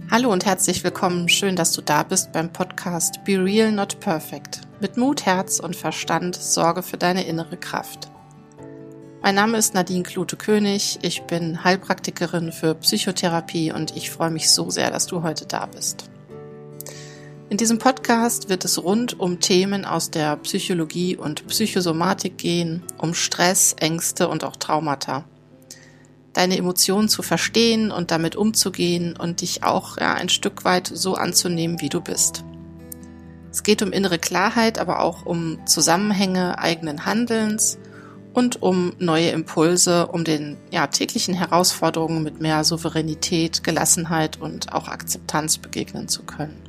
Hallo und herzlich willkommen. Schön, dass du da bist beim Podcast Be Real Not Perfect. Mit Mut, Herz und Verstand sorge für deine innere Kraft. Mein Name ist Nadine Klute-König. Ich bin Heilpraktikerin für Psychotherapie und ich freue mich so sehr, dass du heute da bist. In diesem Podcast wird es rund um Themen aus der Psychologie und Psychosomatik gehen, um Stress, Ängste und auch Traumata. Deine Emotionen zu verstehen und damit umzugehen und dich auch ein Stück weit so anzunehmen, wie du bist. Es geht um innere Klarheit, aber auch um Zusammenhänge eigenen Handelns und um neue Impulse, um den täglichen Herausforderungen mit mehr Souveränität, Gelassenheit und auch Akzeptanz begegnen zu können.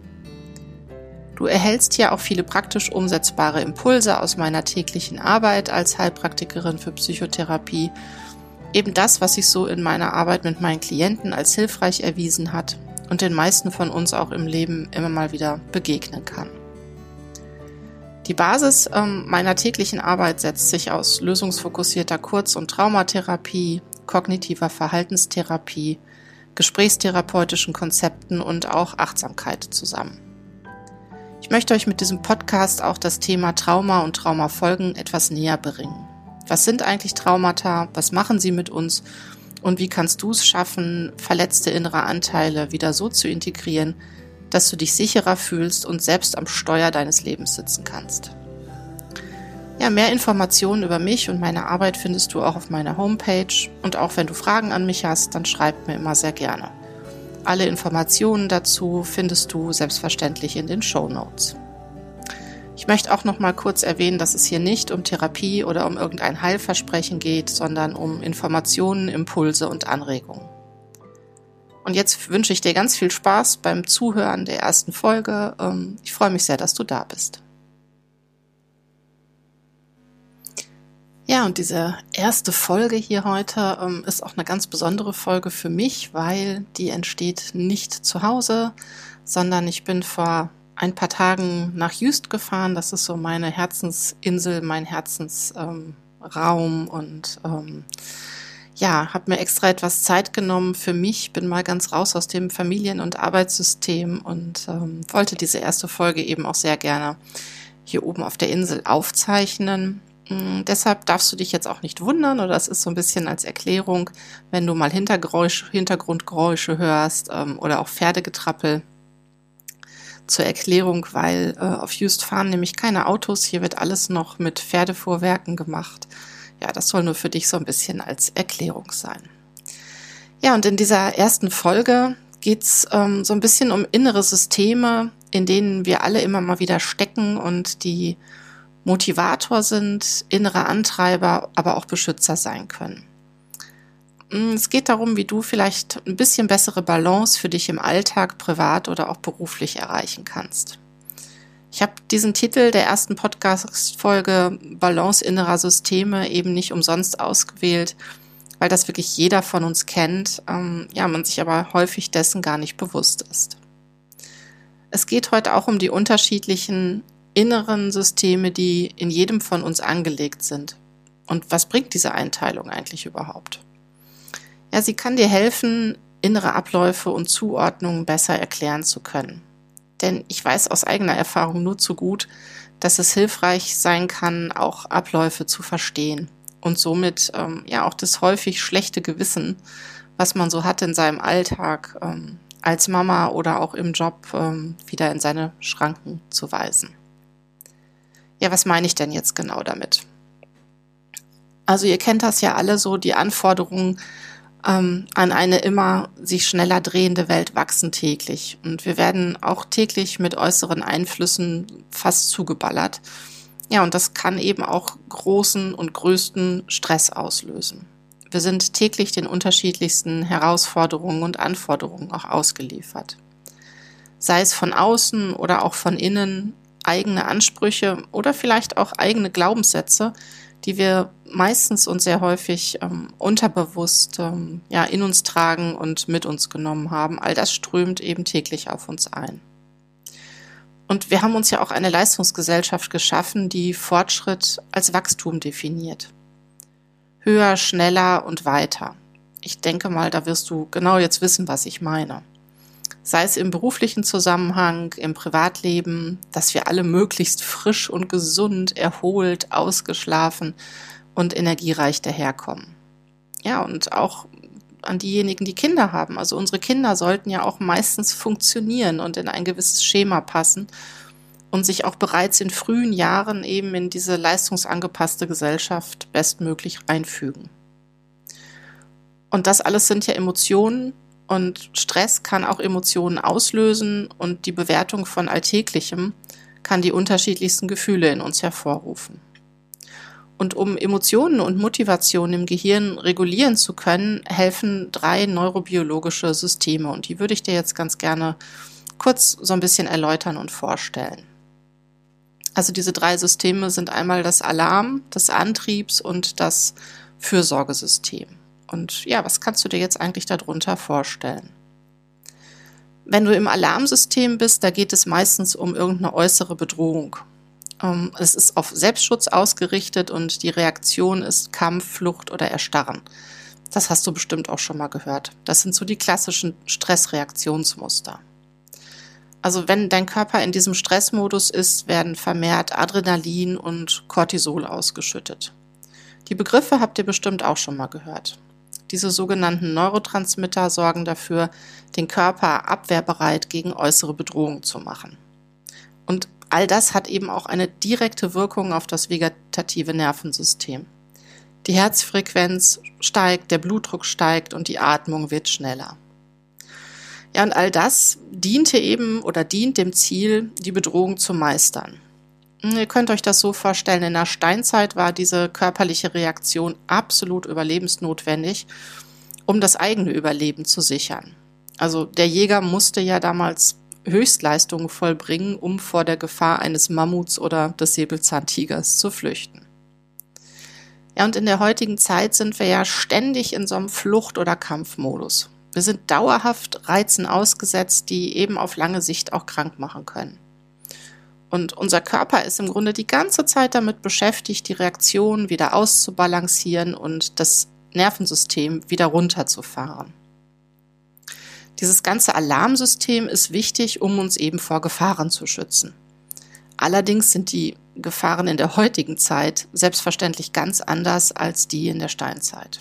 Du erhältst hier auch viele praktisch umsetzbare Impulse aus meiner täglichen Arbeit als Heilpraktikerin für Psychotherapie. Eben das, was sich so in meiner Arbeit mit meinen Klienten als hilfreich erwiesen hat und den meisten von uns auch im Leben immer mal wieder begegnen kann. Die Basis meiner täglichen Arbeit setzt sich aus lösungsfokussierter Kurz- und Traumatherapie, kognitiver Verhaltenstherapie, gesprächstherapeutischen Konzepten und auch Achtsamkeit zusammen. Ich möchte euch mit diesem Podcast auch das Thema Trauma und Traumafolgen etwas näher bringen. Was sind eigentlich Traumata? Was machen sie mit uns? Und wie kannst du es schaffen, verletzte innere Anteile wieder so zu integrieren, dass du dich sicherer fühlst und selbst am Steuer deines Lebens sitzen kannst? Ja, mehr Informationen über mich und meine Arbeit findest du auch auf meiner Homepage. Und auch wenn du Fragen an mich hast, dann schreib mir immer sehr gerne. Alle Informationen dazu findest du selbstverständlich in den Shownotes. Ich möchte auch noch mal kurz erwähnen, dass es hier nicht um Therapie oder um irgendein Heilversprechen geht, sondern um Informationen, Impulse und Anregungen. Und jetzt wünsche ich dir ganz viel Spaß beim Zuhören der ersten Folge. Ich freue mich sehr, dass du da bist. Ja, und diese erste Folge hier heute ist auch eine ganz besondere Folge für mich, weil die entsteht nicht zu Hause, sondern ich bin vor ein paar Tagen nach Jüst gefahren. Das ist so meine Herzensinsel, mein Herzensraum und habe mir extra etwas Zeit genommen für mich, bin mal ganz raus aus dem Familien- und Arbeitssystem und wollte diese erste Folge eben auch sehr gerne hier oben auf der Insel aufzeichnen. Deshalb darfst du dich jetzt auch nicht wundern, oder das ist so ein bisschen als Erklärung, wenn du mal Hintergrundgeräusche hörst oder auch Pferdegetrappel. Zur Erklärung, weil auf Jüst fahren nämlich keine Autos, hier wird alles noch mit Pferdefuhrwerken gemacht. Ja, das soll nur für dich so ein bisschen als Erklärung sein. Ja, und in dieser ersten Folge geht's so ein bisschen um innere Systeme, in denen wir alle immer mal wieder stecken und die Motivator sind, innere Antreiber, aber auch Beschützer sein können. Es geht darum, wie du vielleicht ein bisschen bessere Balance für dich im Alltag, privat oder auch beruflich erreichen kannst. Ich habe diesen Titel der ersten Podcast-Folge Balance innerer Systeme eben nicht umsonst ausgewählt, weil das wirklich jeder von uns kennt, man sich aber häufig dessen gar nicht bewusst ist. Es geht heute auch um die unterschiedlichen inneren Systeme, die in jedem von uns angelegt sind. Und was bringt diese Einteilung eigentlich überhaupt? Ja, sie kann dir helfen, innere Abläufe und Zuordnungen besser erklären zu können. Denn ich weiß aus eigener Erfahrung nur zu gut, dass es hilfreich sein kann, auch Abläufe zu verstehen und somit auch das häufig schlechte Gewissen, was man so hat in seinem Alltag, als Mama oder auch im Job wieder in seine Schranken zu weisen. Ja, was meine ich denn jetzt genau damit? Also ihr kennt das ja alle so, die Anforderungen an eine immer sich schneller drehende Welt wachsen täglich. Und wir werden auch täglich mit äußeren Einflüssen fast zugeballert. Ja, und das kann eben auch großen und größten Stress auslösen. Wir sind täglich den unterschiedlichsten Herausforderungen und Anforderungen auch ausgeliefert. Sei es von außen oder auch von innen, eigene Ansprüche oder vielleicht auch eigene Glaubenssätze, die wir meistens und sehr häufig unterbewusst in uns tragen und mit uns genommen haben. All das strömt eben täglich auf uns ein. Und wir haben uns ja auch eine Leistungsgesellschaft geschaffen, die Fortschritt als Wachstum definiert. Höher, schneller und weiter. Ich denke mal, da wirst du genau jetzt wissen, was ich meine. sei es im beruflichen Zusammenhang, im Privatleben, dass wir alle möglichst frisch und gesund, erholt, ausgeschlafen und energiereich daherkommen. Ja, und auch an diejenigen, die Kinder haben. Also unsere Kinder sollten ja auch meistens funktionieren und in ein gewisses Schema passen und sich auch bereits in frühen Jahren eben in diese leistungsangepasste Gesellschaft bestmöglich einfügen. Und das alles sind ja Emotionen, und Stress kann auch Emotionen auslösen, und die Bewertung von Alltäglichem kann die unterschiedlichsten Gefühle in uns hervorrufen. Und um Emotionen und Motivation im Gehirn regulieren zu können, helfen 3 neurobiologische Systeme, und die würde ich dir jetzt ganz gerne kurz so ein bisschen erläutern und vorstellen. Also diese 3 Systeme sind einmal das Alarm-, das Antriebs- und das Fürsorgesystem. Und ja, was kannst du dir jetzt eigentlich darunter vorstellen? Wenn du im Alarmsystem bist, da geht es meistens um irgendeine äußere Bedrohung. Es ist auf Selbstschutz ausgerichtet und die Reaktion ist Kampf, Flucht oder Erstarren. Das hast du bestimmt auch schon mal gehört. Das sind so die klassischen Stressreaktionsmuster. Also wenn dein Körper in diesem Stressmodus ist, werden vermehrt Adrenalin und Cortisol ausgeschüttet. Die Begriffe habt ihr bestimmt auch schon mal gehört. Diese sogenannten Neurotransmitter sorgen dafür, den Körper abwehrbereit gegen äußere Bedrohungen zu machen. Und all das hat eben auch eine direkte Wirkung auf das vegetative Nervensystem. Die Herzfrequenz steigt, der Blutdruck steigt und die Atmung wird schneller. Ja, und all das dient dem Ziel, die Bedrohung zu meistern. Ihr könnt euch das so vorstellen, in der Steinzeit war diese körperliche Reaktion absolut überlebensnotwendig, um das eigene Überleben zu sichern. Also der Jäger musste ja damals Höchstleistungen vollbringen, um vor der Gefahr eines Mammuts oder des Säbelzahntigers zu flüchten. Ja, und in der heutigen Zeit sind wir ja ständig in so einem Flucht- oder Kampfmodus. Wir sind dauerhaft Reizen ausgesetzt, die eben auf lange Sicht auch krank machen können. Und unser Körper ist im Grunde die ganze Zeit damit beschäftigt, die Reaktion wieder auszubalancieren und das Nervensystem wieder runterzufahren. Dieses ganze Alarmsystem ist wichtig, um uns eben vor Gefahren zu schützen. Allerdings sind die Gefahren in der heutigen Zeit selbstverständlich ganz anders als die in der Steinzeit.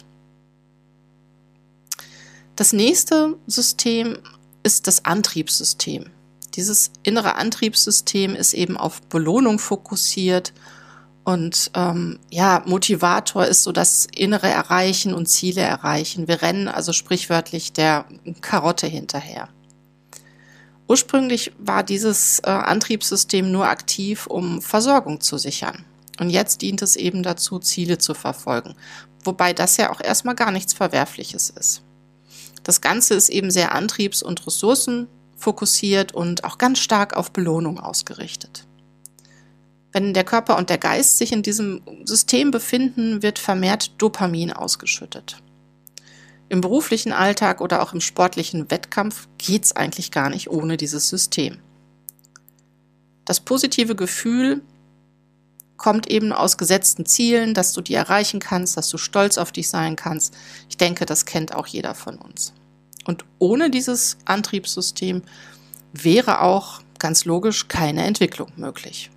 Das nächste System ist das Antriebssystem. Dieses innere Antriebssystem ist eben auf Belohnung fokussiert und Motivator ist so das innere Erreichen und Ziele erreichen. Wir rennen also sprichwörtlich der Karotte hinterher. Ursprünglich war dieses Antriebssystem nur aktiv, um Versorgung zu sichern. Und jetzt dient es eben dazu, Ziele zu verfolgen. Wobei das ja auch erstmal gar nichts Verwerfliches ist. Das Ganze ist eben sehr antriebs- und ressourcenfokussiert und auch ganz stark auf Belohnung ausgerichtet. Wenn der Körper und der Geist sich in diesem System befinden, wird vermehrt Dopamin ausgeschüttet. Im beruflichen Alltag oder auch im sportlichen Wettkampf geht es eigentlich gar nicht ohne dieses System. Das positive Gefühl kommt eben aus gesetzten Zielen, dass du die erreichen kannst, dass du stolz auf dich sein kannst. Ich denke, das kennt auch jeder von uns. Und ohne dieses Antriebssystem wäre auch ganz logisch keine Entwicklung möglich.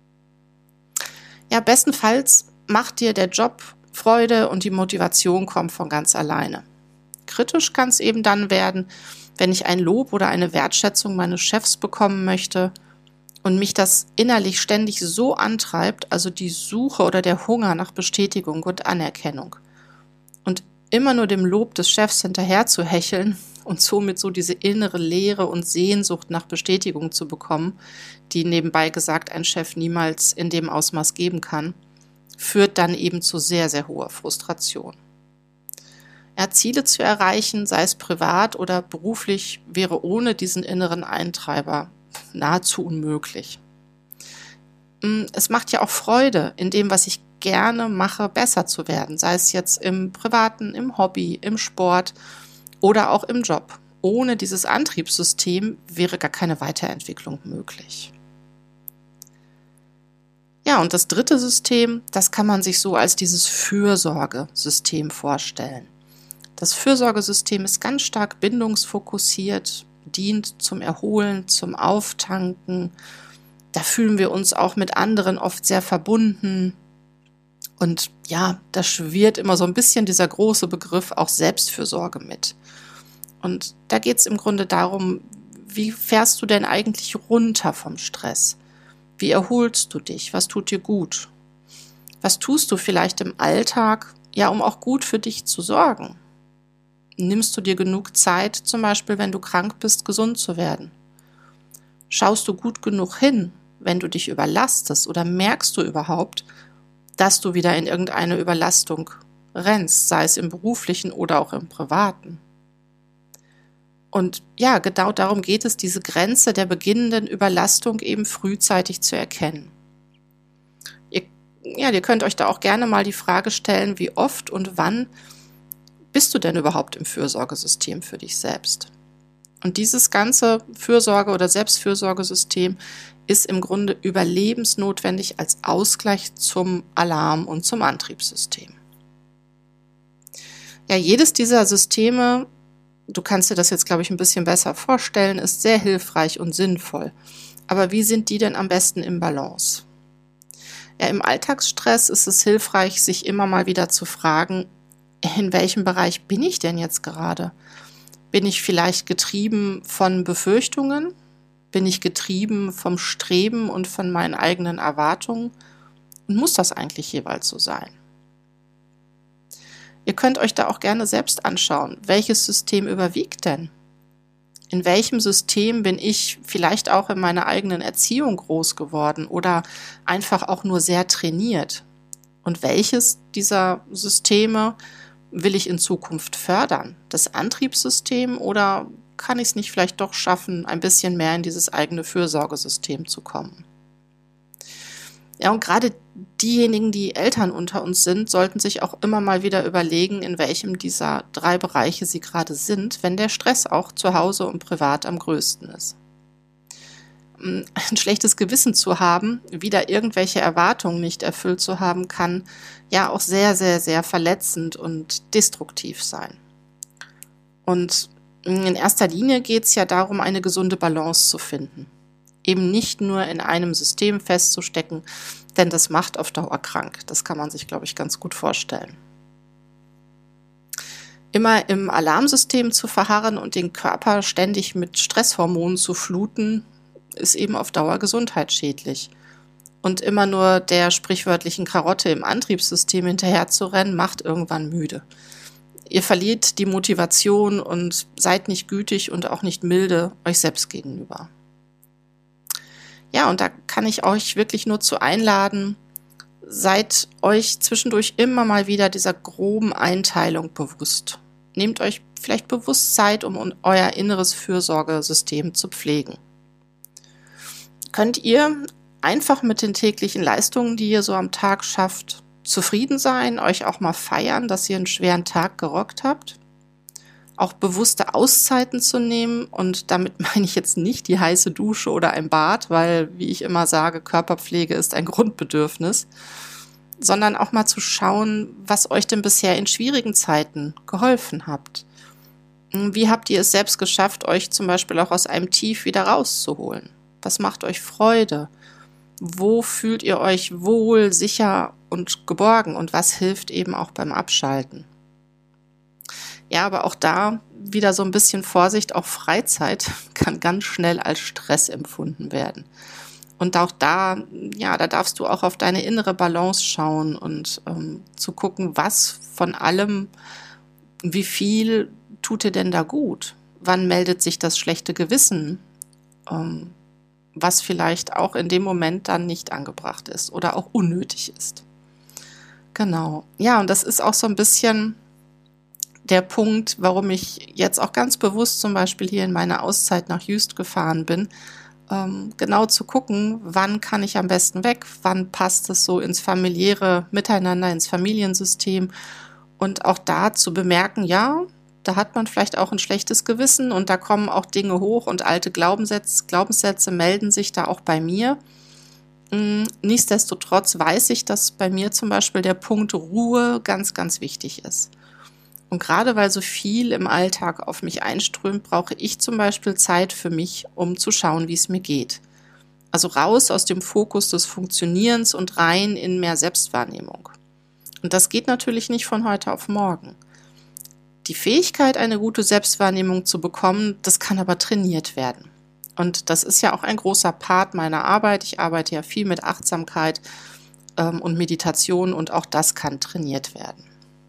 Ja, bestenfalls macht dir der Job Freude und die Motivation kommt von ganz alleine. Kritisch kann es eben dann werden, wenn ich ein Lob oder eine Wertschätzung meines Chefs bekommen möchte und mich das innerlich ständig so antreibt, also die Suche oder der Hunger nach Bestätigung und Anerkennung. Und immer nur dem Lob des Chefs hinterher zu hecheln und somit so diese innere Leere und Sehnsucht nach Bestätigung zu bekommen, die nebenbei gesagt ein Chef niemals in dem Ausmaß geben kann, führt dann eben zu sehr, sehr hoher Frustration. Ziele zu erreichen, sei es privat oder beruflich, wäre ohne diesen inneren Eintreiber nahezu unmöglich. Es macht ja auch Freude, in dem, was ich gerne mache, besser zu werden, sei es jetzt im Privaten, im Hobby, im Sport oder auch im Job. Ohne dieses Antriebssystem wäre gar keine Weiterentwicklung möglich. Ja, und das dritte System, das kann man sich so als dieses Fürsorgesystem vorstellen. Das Fürsorgesystem ist ganz stark bindungsfokussiert, dient zum Erholen, zum Auftanken. Da fühlen wir uns auch mit anderen oft sehr verbunden. Und ja, da schwirrt immer so ein bisschen dieser große Begriff auch Selbstfürsorge mit. Und da geht es im Grunde darum, wie fährst du denn eigentlich runter vom Stress? Wie erholst du dich? Was tut dir gut? Was tust du vielleicht im Alltag, ja, um auch gut für dich zu sorgen? Nimmst du dir genug Zeit, zum Beispiel, wenn du krank bist, gesund zu werden? Schaust du gut genug hin, wenn du dich überlastest, oder merkst du überhaupt, dass du wieder in irgendeine Überlastung rennst, sei es im beruflichen oder auch im privaten? Und ja, genau darum geht es, diese Grenze der beginnenden Überlastung eben frühzeitig zu erkennen. Ihr könnt euch da auch gerne mal die Frage stellen, wie oft und wann bist du denn überhaupt im Fürsorgesystem für dich selbst? Und dieses ganze Fürsorge- oder Selbstfürsorgesystem ist im Grunde überlebensnotwendig als Ausgleich zum Alarm- und zum Antriebssystem. Ja, jedes dieser Systeme, du kannst dir das jetzt, glaube ich, ein bisschen besser vorstellen, ist sehr hilfreich und sinnvoll. Aber wie sind die denn am besten im Balance? Ja, im Alltagsstress ist es hilfreich, sich immer mal wieder zu fragen, in welchem Bereich bin ich denn jetzt gerade? Bin ich vielleicht getrieben von Befürchtungen? Bin ich getrieben vom Streben und von meinen eigenen Erwartungen? Und muss das eigentlich jeweils so sein? Ihr könnt euch da auch gerne selbst anschauen, welches System überwiegt denn? In welchem System bin ich vielleicht auch in meiner eigenen Erziehung groß geworden oder einfach auch nur sehr trainiert? Und welches dieser Systeme will ich in Zukunft fördern? Das Antriebssystem, oder kann ich es nicht vielleicht doch schaffen, ein bisschen mehr in dieses eigene Fürsorgesystem zu kommen? Ja, und gerade diejenigen, die Eltern unter uns sind, sollten sich auch immer mal wieder überlegen, in welchem dieser 3 Bereiche sie gerade sind, wenn der Stress auch zu Hause und privat am größten ist. Ein schlechtes Gewissen zu haben, wieder irgendwelche Erwartungen nicht erfüllt zu haben, kann ja auch sehr, sehr, sehr verletzend und destruktiv sein. Und in erster Linie geht es ja darum, eine gesunde Balance zu finden. Eben nicht nur in einem System festzustecken, denn das macht auf Dauer krank. Das kann man sich, glaube ich, ganz gut vorstellen. Immer im Alarmsystem zu verharren und den Körper ständig mit Stresshormonen zu fluten, ist eben auf Dauer gesundheitsschädlich. Und immer nur der sprichwörtlichen Karotte im Antriebssystem hinterherzurennen, macht irgendwann müde. Ihr verliert die Motivation und seid nicht gütig und auch nicht milde euch selbst gegenüber. Ja, und da kann ich euch wirklich nur zu einladen, seid euch zwischendurch immer mal wieder dieser groben Einteilung bewusst. Nehmt euch vielleicht bewusst Zeit, um euer inneres Fürsorgesystem zu pflegen. Könnt ihr einfach mit den täglichen Leistungen, die ihr so am Tag schafft, zufrieden sein, euch auch mal feiern, dass ihr einen schweren Tag gerockt habt? Auch bewusste Auszeiten zu nehmen, und damit meine ich jetzt nicht die heiße Dusche oder ein Bad, weil, wie ich immer sage, Körperpflege ist ein Grundbedürfnis, sondern auch mal zu schauen, was euch denn bisher in schwierigen Zeiten geholfen hat. Wie habt ihr es selbst geschafft, euch zum Beispiel auch aus einem Tief wieder rauszuholen? Was macht euch Freude? Wo fühlt ihr euch wohl, sicher und geborgen, und was hilft eben auch beim Abschalten? Ja, aber auch da wieder so ein bisschen Vorsicht, auch Freizeit kann ganz schnell als Stress empfunden werden. Und auch da, ja, da darfst du auch auf deine innere Balance schauen und zu gucken, was von allem, wie viel tut dir denn da gut? Wann meldet sich das schlechte Gewissen? Was vielleicht auch in dem Moment dann nicht angebracht ist oder auch unnötig ist. Genau. Ja, und das ist auch so ein bisschen der Punkt, warum ich jetzt auch ganz bewusst zum Beispiel hier in meine Auszeit nach Jüst gefahren bin, genau zu gucken, wann kann ich am besten weg, wann passt es so ins familiäre Miteinander, ins Familiensystem, und auch da zu bemerken, ja, da hat man vielleicht auch ein schlechtes Gewissen und da kommen auch Dinge hoch und alte Glaubenssätze melden sich da auch bei mir. Nichtsdestotrotz weiß ich, dass bei mir zum Beispiel der Punkt Ruhe ganz, ganz wichtig ist. Und gerade weil so viel im Alltag auf mich einströmt, brauche ich zum Beispiel Zeit für mich, um zu schauen, wie es mir geht. Also raus aus dem Fokus des Funktionierens und rein in mehr Selbstwahrnehmung. Und das geht natürlich nicht von heute auf morgen. Die Fähigkeit, eine gute Selbstwahrnehmung zu bekommen, das kann aber trainiert werden. Und das ist ja auch ein großer Part meiner Arbeit. Ich arbeite ja viel mit Achtsamkeit und Meditation und auch das kann trainiert werden.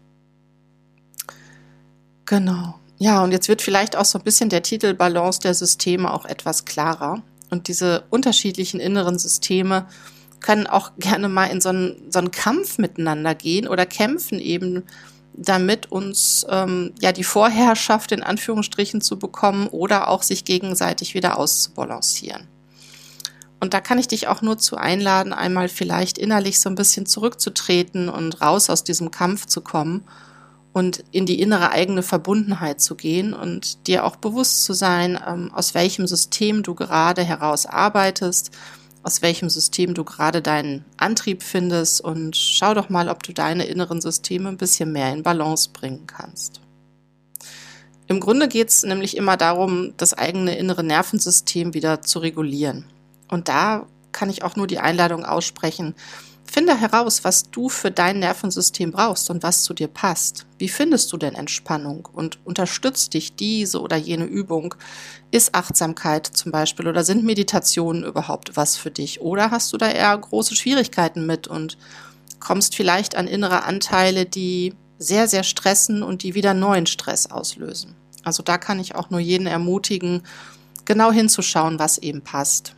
Genau. Ja, und jetzt wird vielleicht auch so ein bisschen der Titel Balance der Systeme auch etwas klarer. Und diese unterschiedlichen inneren Systeme können auch gerne mal in so einen Kampf miteinander gehen oder kämpfen eben, damit uns die Vorherrschaft in Anführungsstrichen zu bekommen oder auch sich gegenseitig wieder auszubalancieren. Und da kann ich dich auch nur zu einladen, einmal vielleicht innerlich so ein bisschen zurückzutreten und raus aus diesem Kampf zu kommen und in die innere eigene Verbundenheit zu gehen und dir auch bewusst zu sein, aus welchem System du gerade heraus arbeitest, aus welchem System du gerade deinen Antrieb findest und schau doch mal, ob du deine inneren Systeme ein bisschen mehr in Balance bringen kannst. Im Grunde geht es nämlich immer darum, das eigene innere Nervensystem wieder zu regulieren. Und da kann ich auch nur die Einladung aussprechen, finde heraus, was du für dein Nervensystem brauchst und was zu dir passt. Wie findest du denn Entspannung und unterstützt dich diese oder jene Übung? Ist Achtsamkeit zum Beispiel oder sind Meditationen überhaupt was für dich? Oder hast du da eher große Schwierigkeiten mit und kommst vielleicht an innere Anteile, die sehr, sehr stressen und die wieder neuen Stress auslösen? Also da kann ich auch nur jeden ermutigen, genau hinzuschauen, was eben passt.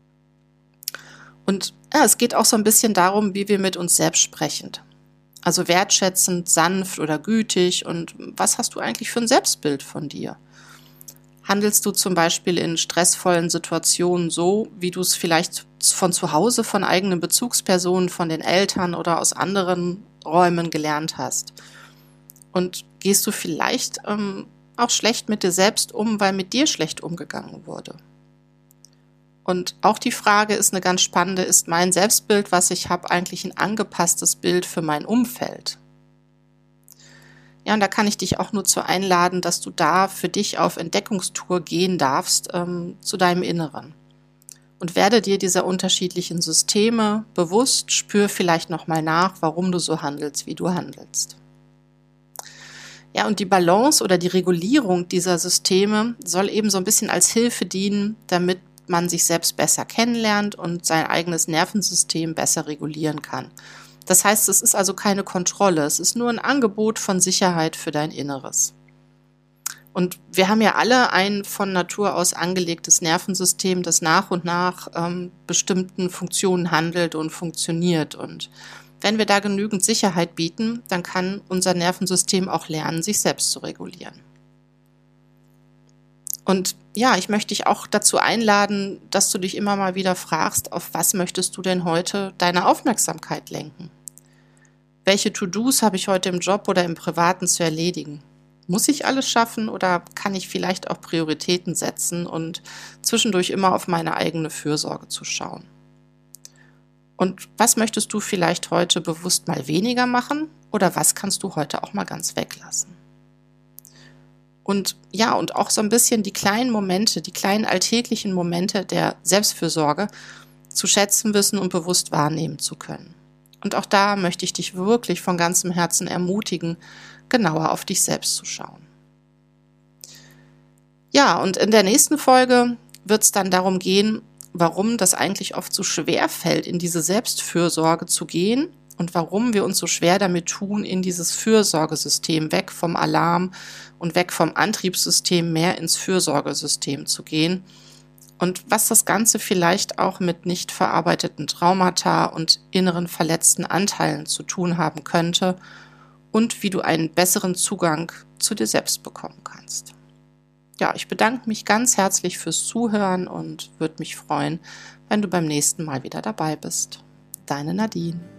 Und ja, es geht auch so ein bisschen darum, wie wir mit uns selbst sprechen. Also wertschätzend, sanft oder gütig und was hast du eigentlich für ein Selbstbild von dir? Handelst du zum Beispiel in stressvollen Situationen so, wie du es vielleicht von zu Hause, von eigenen Bezugspersonen, von den Eltern oder aus anderen Räumen gelernt hast? Und gehst du vielleicht auch schlecht mit dir selbst um, weil mit dir schlecht umgegangen wurde? Und auch die Frage ist eine ganz spannende, ist mein Selbstbild, was ich habe, eigentlich ein angepasstes Bild für mein Umfeld? Ja, und da kann ich dich auch nur zu einladen, dass du da für dich auf Entdeckungstour gehen darfst zu deinem Inneren. Und werde dir dieser unterschiedlichen Systeme bewusst, spür vielleicht nochmal nach, warum du so handelst, wie du handelst. Ja, und die Balance oder die Regulierung dieser Systeme soll eben so ein bisschen als Hilfe dienen, damit man sich selbst besser kennenlernt und sein eigenes Nervensystem besser regulieren kann. Das heißt, es ist also keine Kontrolle, es ist nur ein Angebot von Sicherheit für dein Inneres. Und wir haben ja alle ein von Natur aus angelegtes Nervensystem, das nach und nach bestimmten Funktionen handelt und funktioniert. Und wenn wir da genügend Sicherheit bieten, dann kann unser Nervensystem auch lernen, sich selbst zu regulieren. Und ja, ich möchte dich auch dazu einladen, dass du dich immer mal wieder fragst, auf was möchtest du denn heute deine Aufmerksamkeit lenken? Welche To-Dos habe ich heute im Job oder im Privaten zu erledigen? Muss ich alles schaffen oder kann ich vielleicht auch Prioritäten setzen und zwischendurch immer auf meine eigene Fürsorge zu schauen? Und was möchtest du vielleicht heute bewusst mal weniger machen oder was kannst du heute auch mal ganz weglassen? Und ja, und auch so ein bisschen die kleinen Momente, die kleinen alltäglichen Momente der Selbstfürsorge zu schätzen wissen und bewusst wahrnehmen zu können. Und auch da möchte ich dich wirklich von ganzem Herzen ermutigen, genauer auf dich selbst zu schauen. Ja, und in der nächsten Folge wird es dann darum gehen, warum das eigentlich oft so schwer fällt, in diese Selbstfürsorge zu gehen und warum wir uns so schwer damit tun, in dieses Fürsorgesystem weg vom Alarm und weg vom Antriebssystem mehr ins Fürsorgesystem zu gehen und was das Ganze vielleicht auch mit nicht verarbeiteten Traumata und inneren verletzten Anteilen zu tun haben könnte und wie du einen besseren Zugang zu dir selbst bekommen kannst. Ja, ich bedanke mich ganz herzlich fürs Zuhören und würde mich freuen, wenn du beim nächsten Mal wieder dabei bist. Deine Nadine.